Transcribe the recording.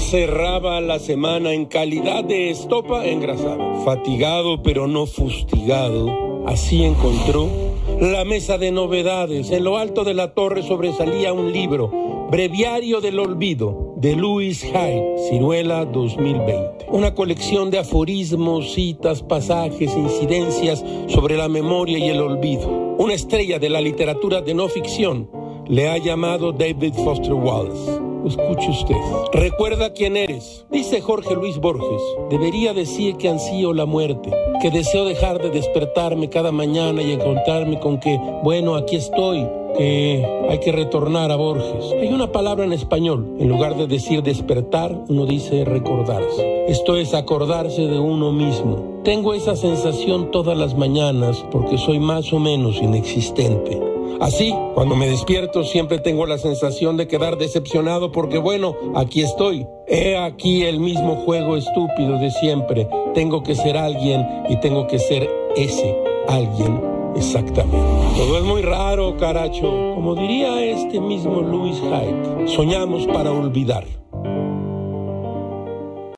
Cerraba la semana en calidad de estopa engrasada. Fatigado pero no fustigado, así encontró la mesa de novedades. En lo alto de la torre sobresalía un libro, Breviario del Olvido, de Louis Hyde, Ciruela 2020. Una colección de aforismos, citas, pasajes, incidencias sobre la memoria y el olvido. Una estrella de la literatura de no ficción le ha llamado David Foster Wallace. Escuche usted. Recuerda quién eres. Dice Jorge Luis Borges, debería decir que ansío la muerte, que deseo dejar de despertarme cada mañana y encontrarme con que, bueno, aquí estoy, que hay que retornar a Borges. Hay una palabra en español, en lugar de decir despertar, uno dice recordarse. Esto es acordarse de uno mismo. Tengo esa sensación todas las mañanas porque soy más o menos inexistente. Así, cuando me despierto siempre tengo la sensación de quedar decepcionado porque, bueno, aquí estoy. He aquí el mismo juego estúpido de siempre. Tengo que ser alguien y tengo que ser ese alguien exactamente. Todo es muy raro, caracho. Como diría este mismo Louis Hyde, soñamos para olvidar.